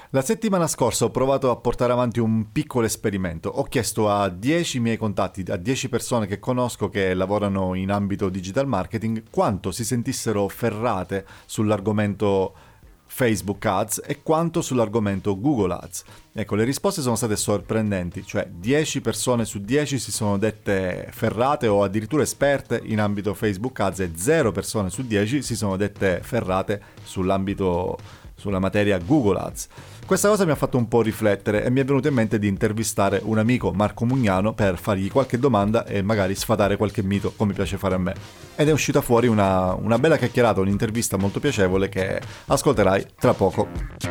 La settimana scorsa ho provato a portare avanti un piccolo esperimento. Ho chiesto a 10 miei contatti, a 10 persone che conosco che lavorano in ambito digital marketing, quanto si sentissero ferrate sull'argomento Facebook Ads e quanto sull'argomento Google Ads. Ecco, le risposte sono state sorprendenti, cioè 10 persone su 10 si sono dette ferrate o addirittura esperte in ambito Facebook Ads e 0 persone su 10 si sono dette ferrate sulla materia Google Ads. Questa cosa mi ha fatto un po' riflettere e mi è venuto in mente di intervistare un amico, Marco Mugnano, per fargli qualche domanda e magari sfatare qualche mito, come piace fare a me. Ed è uscita fuori una bella chiacchierata, un'intervista molto piacevole che ascolterai tra poco.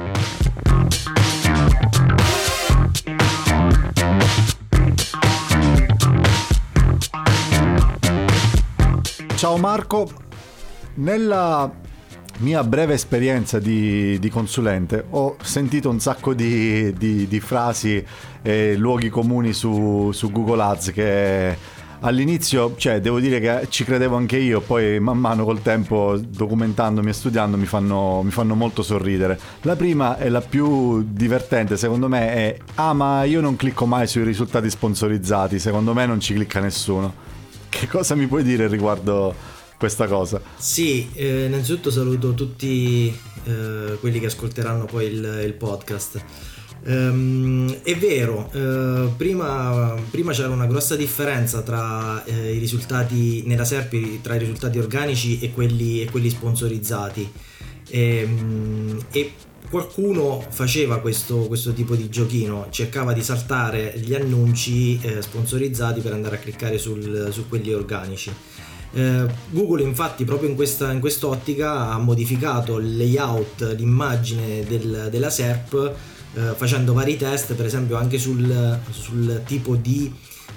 Ciao Marco, nella mia breve esperienza di consulente ho sentito un sacco di frasi e luoghi comuni su Google Ads che all'inizio, cioè devo dire che ci credevo anche io, poi man mano col tempo, documentandomi e studiando, mi fanno molto sorridere. La prima e la più divertente secondo me è: ma io non clicco mai sui risultati sponsorizzati, secondo me non ci clicca nessuno. Che cosa mi puoi dire riguardo questa cosa? Sì, innanzitutto saluto tutti quelli che ascolteranno poi il podcast. È vero, prima c'era una grossa differenza tra i risultati nella SERP, tra i risultati organici e quelli sponsorizzati, e qualcuno faceva questo tipo di giochino, cercava di saltare gli annunci sponsorizzati per andare a cliccare su quelli organici. Google infatti proprio in quest'ottica ha modificato il layout, l'immagine della SERP, facendo vari test, per esempio anche sul tipo di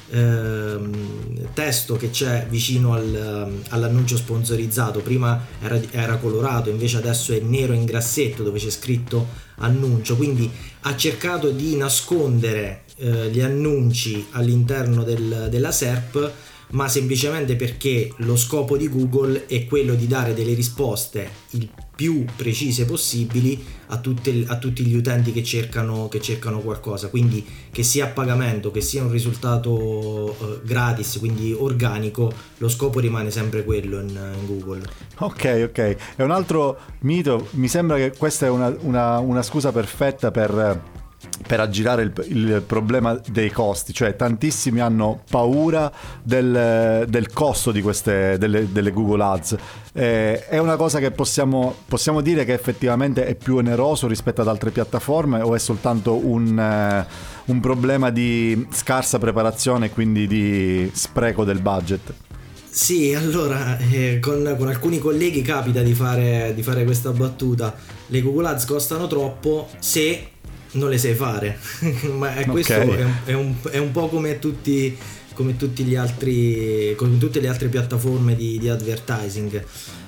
testo che c'è vicino all'annuncio sponsorizzato. Prima era colorato, invece adesso è nero in grassetto dove c'è scritto annuncio, quindi ha cercato di nascondere gli annunci all'interno della SERP, ma semplicemente perché lo scopo di Google è quello di dare delle risposte il più precise possibili a tutti gli utenti che cercano qualcosa, quindi che sia a pagamento, che sia un risultato gratis, quindi organico, lo scopo rimane sempre quello in Google. Ok, è un altro mito. Mi sembra che questa è una scusa perfetta per aggirare il problema dei costi, cioè tantissimi hanno paura del costo di queste delle Google Ads. È una cosa che possiamo dire che effettivamente è più oneroso rispetto ad altre piattaforme, o è soltanto un problema di scarsa preparazione e quindi di spreco del budget? Sì, allora con alcuni colleghi capita di fare questa battuta: le Google Ads costano troppo se non le sai fare. Ma questo è un po' come tutte le altre piattaforme di advertising.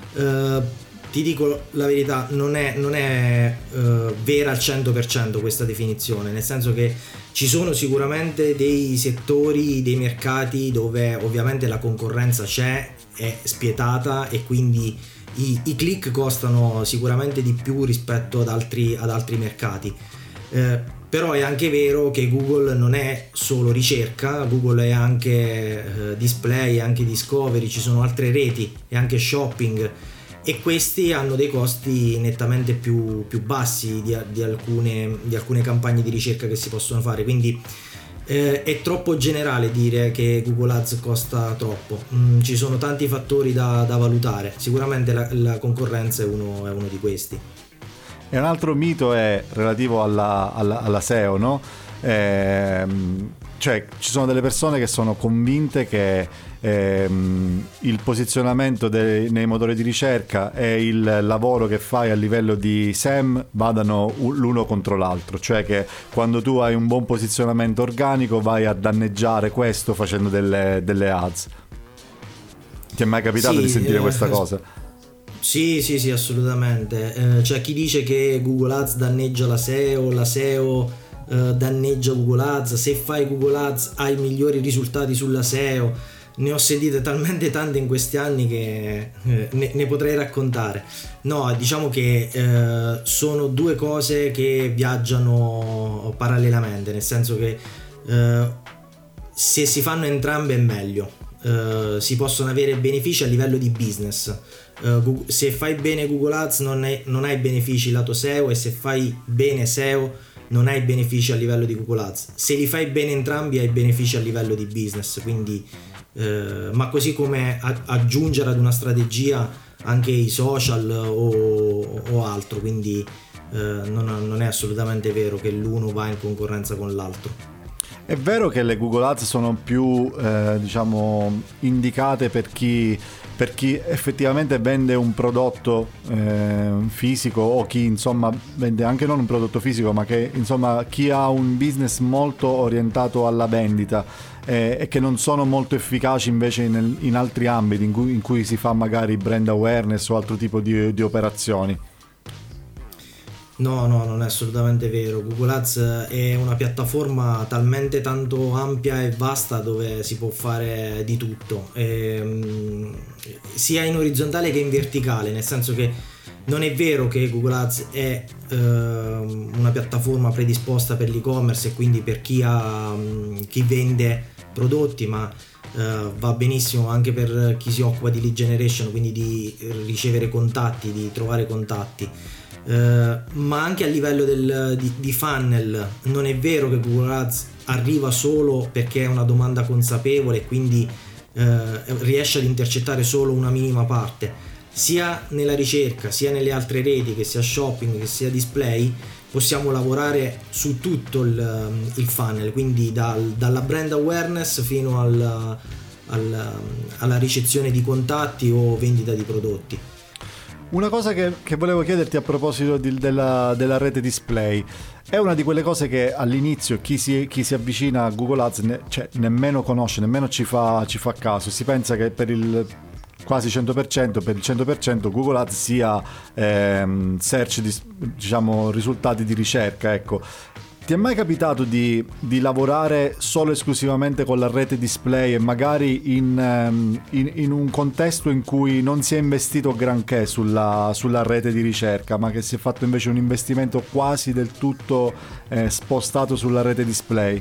Ti dico la verità, non è vera al 100% questa definizione, nel senso che ci sono sicuramente dei settori, dei mercati dove ovviamente la concorrenza c'è, è spietata, e quindi i click costano sicuramente di più rispetto ad altri mercati. Però è anche vero che Google non è solo ricerca, Google è anche display, anche discovery, ci sono altre reti e anche shopping, e questi hanno dei costi nettamente più bassi di alcune campagne di ricerca che si possono fare, quindi è troppo generale dire che Google Ads costa troppo. Ci sono tanti fattori da valutare, sicuramente la concorrenza è uno di questi. E un altro mito è relativo alla SEO, no? Cioè ci sono delle persone che sono convinte che il posizionamento nei motori di ricerca e il lavoro che fai a livello di SEM vadano l'uno contro l'altro, cioè che quando tu hai un buon posizionamento organico vai a danneggiare questo facendo delle ads. Ti è mai capitato di sentire questa cosa? Sì, assolutamente. C'è chi dice che Google Ads danneggia la SEO danneggia Google Ads, se fai Google Ads hai migliori risultati sulla SEO. ne ho sentite talmente tante in questi anni che ne potrei raccontare. No, diciamo che sono due cose che viaggiano parallelamente, nel senso che se si fanno entrambe è meglio. Si possono avere benefici a livello di business. Se fai bene Google Ads non hai benefici lato SEO, e se fai bene SEO non hai benefici a livello di Google Ads. Se li fai bene entrambi hai benefici a livello di business, quindi ma così come aggiungere ad una strategia anche i social o altro, quindi non è assolutamente vero che l'uno va in concorrenza con l'altro. È vero che le Google Ads sono più diciamo indicate per chi effettivamente vende un prodotto fisico, o chi insomma vende anche non un prodotto fisico, ma che insomma chi ha un business molto orientato alla vendita e che non sono molto efficaci invece in altri ambiti in cui si fa magari brand awareness o altro tipo di operazioni. No, non è assolutamente vero. Google Ads è una piattaforma talmente tanto ampia e vasta dove si può fare di tutto, sia in orizzontale che in verticale, nel senso che non è vero che Google Ads è una piattaforma predisposta per l'e-commerce e quindi per chi vende prodotti, ma va benissimo anche per chi si occupa di lead generation, quindi di ricevere contatti, di trovare contatti. Ma anche a livello di funnel non è vero che Google Ads arriva solo perché è una domanda consapevole e quindi riesce ad intercettare solo una minima parte. Sia nella ricerca sia nelle altre reti, che sia shopping che sia display, possiamo lavorare su tutto il funnel, quindi dalla brand awareness fino alla ricezione di contatti o vendita di prodotti. Una cosa che volevo chiederti a proposito della rete display, è una di quelle cose che all'inizio chi si avvicina a Google Ads nemmeno conosce, nemmeno ci fa caso. Si pensa che per il quasi 100%, per il 100% Google Ads sia search, diciamo risultati di ricerca, ecco. Ti è mai capitato di lavorare solo esclusivamente con la rete display e magari in un contesto in cui non si è investito granché sulla rete di ricerca, ma che si è fatto invece un investimento quasi del tutto spostato sulla rete display?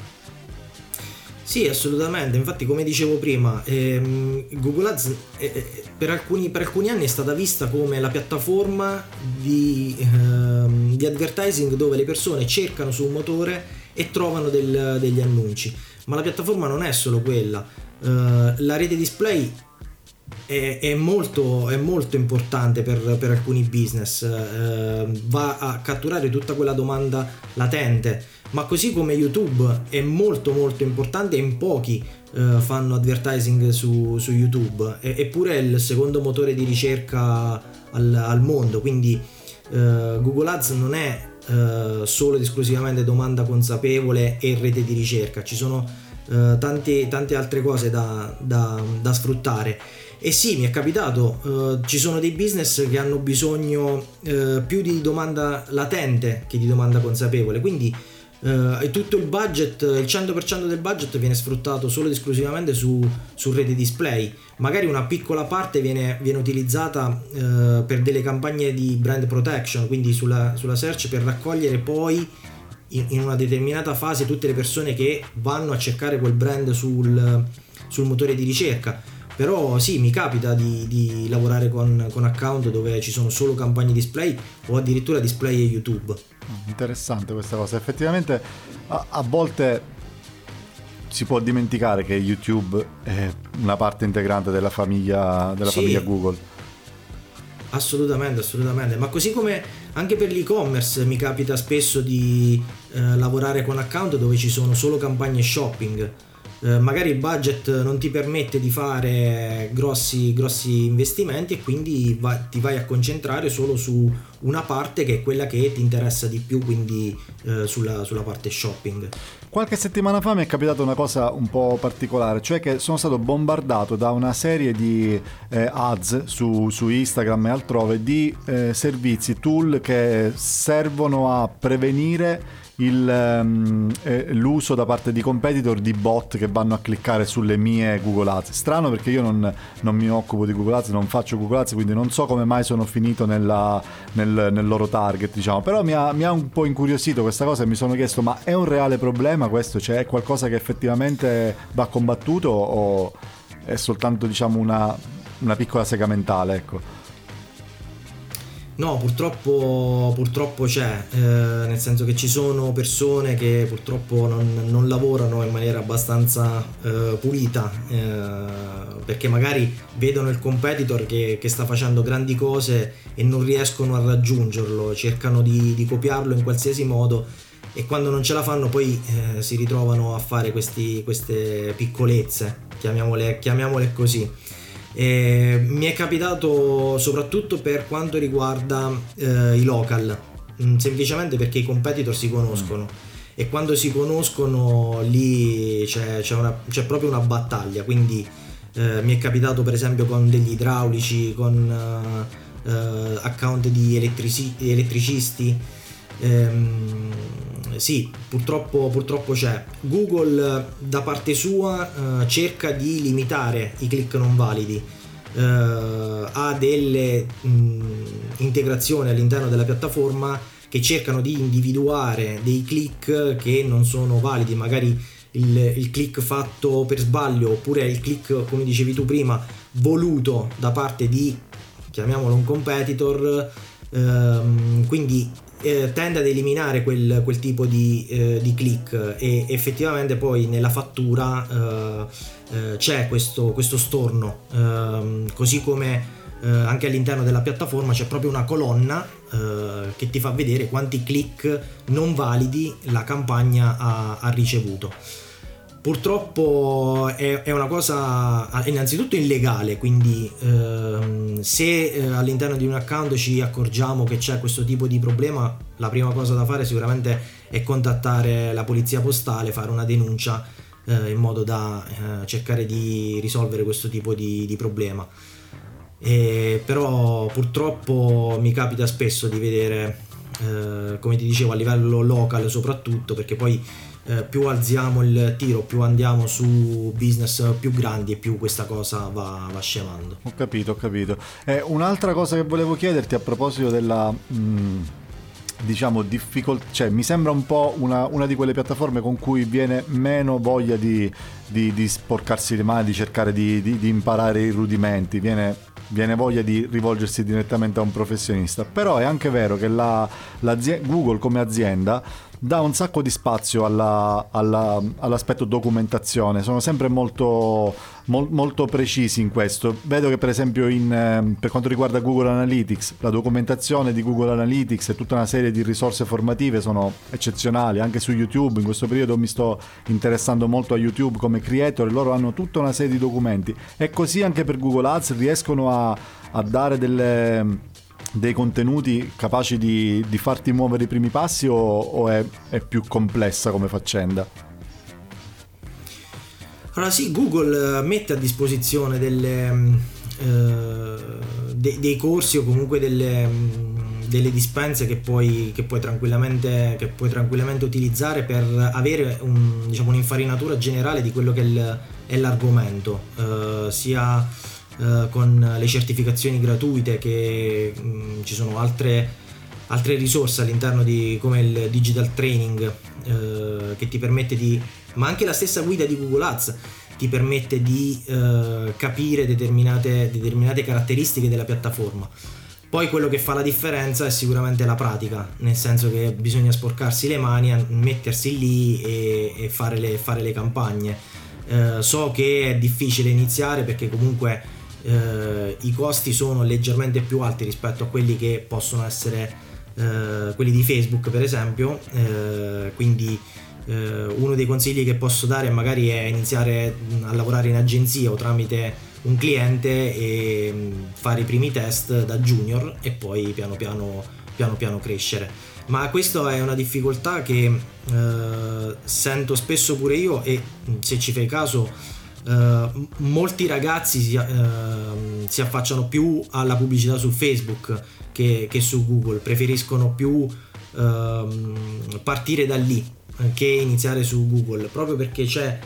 Sì, assolutamente. Infatti, come dicevo prima, Google Ads per alcuni anni è stata vista come la piattaforma di advertising dove le persone cercano su un motore e trovano degli annunci. Ma la piattaforma non è solo quella. La rete display è molto importante per alcuni business, va a catturare tutta quella domanda latente, ma così come YouTube è molto importante e in pochi fanno advertising su YouTube, eppure è il secondo motore di ricerca al mondo, quindi Google Ads non è solo ed esclusivamente domanda consapevole e rete di ricerca, ci sono tante altre cose da sfruttare. E sì, mi è capitato, ci sono dei business che hanno bisogno più di domanda latente che di domanda consapevole, quindi tutto il budget, il 100% del budget viene sfruttato solo ed esclusivamente su rete display. Magari una piccola parte viene utilizzata per delle campagne di brand protection, quindi sulla search, per raccogliere poi in una determinata fase tutte le persone che vanno a cercare quel brand sul motore di ricerca. Però sì, mi capita di lavorare con account dove ci sono solo campagne display o addirittura display e YouTube. Interessante questa cosa. Effettivamente a volte si può dimenticare che YouTube è una parte integrante della famiglia Google. Assolutamente, ma così come anche per l'e-commerce mi capita spesso di lavorare con account dove ci sono solo campagne shopping. Magari il budget non ti permette di fare grossi investimenti e quindi ti vai a concentrare solo su una parte che è quella che ti interessa di più, quindi sulla parte shopping. Qualche settimana fa mi è capitata una cosa un po' particolare, cioè che sono stato bombardato da una serie di ads su Instagram e altrove di servizi, tool che servono a prevenire l'uso da parte di competitor di bot che vanno a cliccare sulle mie Google Ads. Strano, perché io non mi occupo di Google Ads, non faccio Google Ads, quindi non so come mai sono finito nel loro target, diciamo. Però mi ha un po' incuriosito questa cosa e mi sono chiesto: ma è un reale problema questo? Cioè, è qualcosa che effettivamente va combattuto o è soltanto, diciamo, una piccola sega mentale, ecco? No, purtroppo c'è, nel senso che ci sono persone che purtroppo non lavorano in maniera abbastanza pulita, perché magari vedono il competitor che sta facendo grandi cose e non riescono a raggiungerlo, cercano di copiarlo in qualsiasi modo, e quando non ce la fanno poi si ritrovano a fare queste piccolezze, chiamiamole così. Mi è capitato soprattutto per quanto riguarda i local, semplicemente perché i competitor si conoscono, e quando si conoscono lì c'è proprio una battaglia, quindi mi è capitato per esempio con degli idraulici, con account di elettricisti. Sì, purtroppo c'è. Google da parte sua cerca di limitare i click non validi, ha delle integrazioni all'interno della piattaforma che cercano di individuare dei click che non sono validi, magari il click fatto per sbaglio, oppure il click, come dicevi tu prima, voluto da parte di, chiamiamolo, un competitor, quindi tende ad eliminare quel tipo di click, e effettivamente poi nella fattura c'è questo storno, così come anche all'interno della piattaforma c'è proprio una colonna che ti fa vedere quanti click non validi la campagna ha ricevuto. Purtroppo è una cosa innanzitutto illegale, quindi se all'interno di un account ci accorgiamo che c'è questo tipo di problema, la prima cosa da fare sicuramente è contattare la polizia postale, fare una denuncia in modo da cercare di risolvere questo tipo di problema. Però purtroppo mi capita spesso di vedere, come ti dicevo, a livello local soprattutto, perché poi più alziamo il tiro, più andiamo su business più grandi, e più questa cosa va scemando. Ho capito. Un'altra cosa che volevo chiederti a proposito della diciamo difficoltà, cioè mi sembra un po' una di quelle piattaforme con cui viene meno voglia di sporcarsi le mani, di cercare di imparare i rudimenti, viene voglia di rivolgersi direttamente a un professionista. Però è anche vero che Google come azienda dà un sacco di spazio all'aspetto documentazione, sono sempre molto precisi in questo. Vedo che per esempio per quanto riguarda Google Analytics, la documentazione di Google Analytics e tutta una serie di risorse formative sono eccezionali. Anche su YouTube in questo periodo mi sto interessando molto a YouTube come creator, loro hanno tutta una serie di documenti, e così anche per Google Ads riescono a dare dei contenuti capaci di farti muovere i primi passi, o è più complessa come faccenda? Allora sì, Google mette a disposizione dei corsi, o comunque delle dispense che puoi tranquillamente utilizzare per avere un'infarinatura generale di quello che è l'argomento, sia con le certificazioni gratuite, che ci sono altre risorse all'interno come il digital training, che ti permette ma anche la stessa guida di Google Ads ti permette di capire determinate caratteristiche della piattaforma. Poi quello che fa la differenza è sicuramente la pratica, nel senso che bisogna sporcarsi le mani, mettersi lì e fare le campagne. So che è difficile iniziare, perché comunque i costi sono leggermente più alti rispetto a quelli che possono essere quelli di Facebook, per esempio, quindi uno dei consigli che posso dare magari è iniziare a lavorare in agenzia o tramite un cliente e fare i primi test da junior, e poi piano piano piano piano crescere. Ma questa è una difficoltà che sento spesso pure io, e se ci fai caso molti ragazzi si affacciano più alla pubblicità su Facebook che su Google, preferiscono più partire da lì che iniziare su Google, proprio perché c'è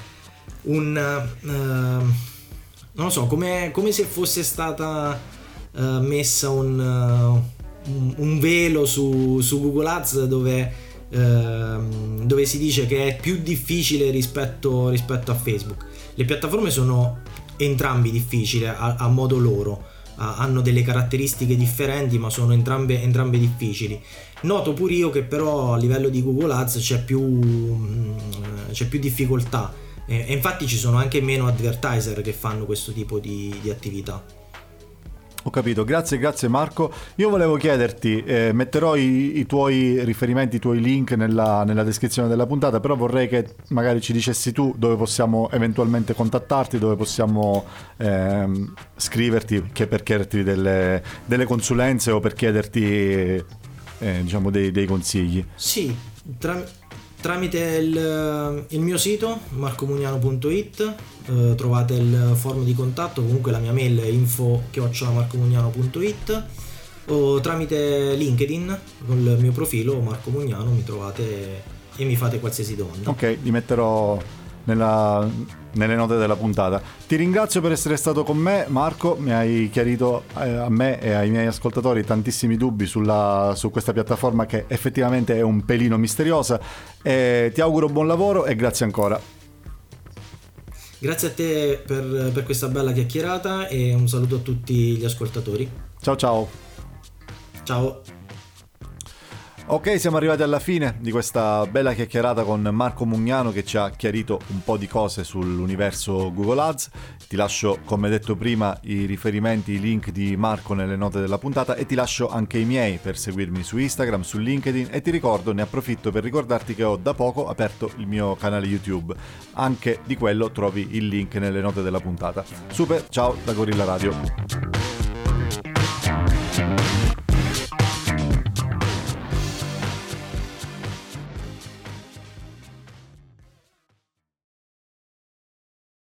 non lo so, come se fosse stata messa un velo su Google Ads dove si dice che è più difficile rispetto a Facebook. Le piattaforme sono entrambi difficili a modo loro, hanno delle caratteristiche differenti, ma sono entrambe difficili. Noto pure io che però a livello di Google Ads c'è più difficoltà, e infatti ci sono anche meno advertiser che fanno questo tipo di attività. Ho capito, grazie Marco. Io volevo chiederti, metterò i tuoi riferimenti, i tuoi link nella descrizione della puntata, però vorrei che magari ci dicessi tu dove possiamo eventualmente contattarti, dove possiamo scriverti per chiederti delle consulenze o per chiederti diciamo dei consigli. Sì, tramite il mio sito marcomugnano.it trovate il forum di contatto, comunque la mia mail è info@marcomugnano.it, o tramite LinkedIn con il mio profilo Marco Mugnano mi trovate e mi fate qualsiasi domanda. Ok, li metterò nelle note della puntata. Ti ringrazio per essere stato con me, Marco. Mi hai chiarito a me e ai miei ascoltatori tantissimi dubbi su questa piattaforma che effettivamente è un pelino misteriosa, e ti auguro buon lavoro e grazie ancora. Grazie a te per questa bella chiacchierata e un saluto a tutti gli ascoltatori. Ciao. Ok, siamo arrivati alla fine di questa bella chiacchierata con Marco Mugnano, che ci ha chiarito un po' di cose sull'universo Google Ads. Ti lascio, come detto prima, i riferimenti, i link di Marco nelle note della puntata, e ti lascio anche i miei per seguirmi su Instagram, su LinkedIn, e ti ricordo, ne approfitto per ricordarti che ho da poco aperto il mio canale YouTube. Anche di quello trovi il link nelle note della puntata. Super, ciao da Gorilla Radio.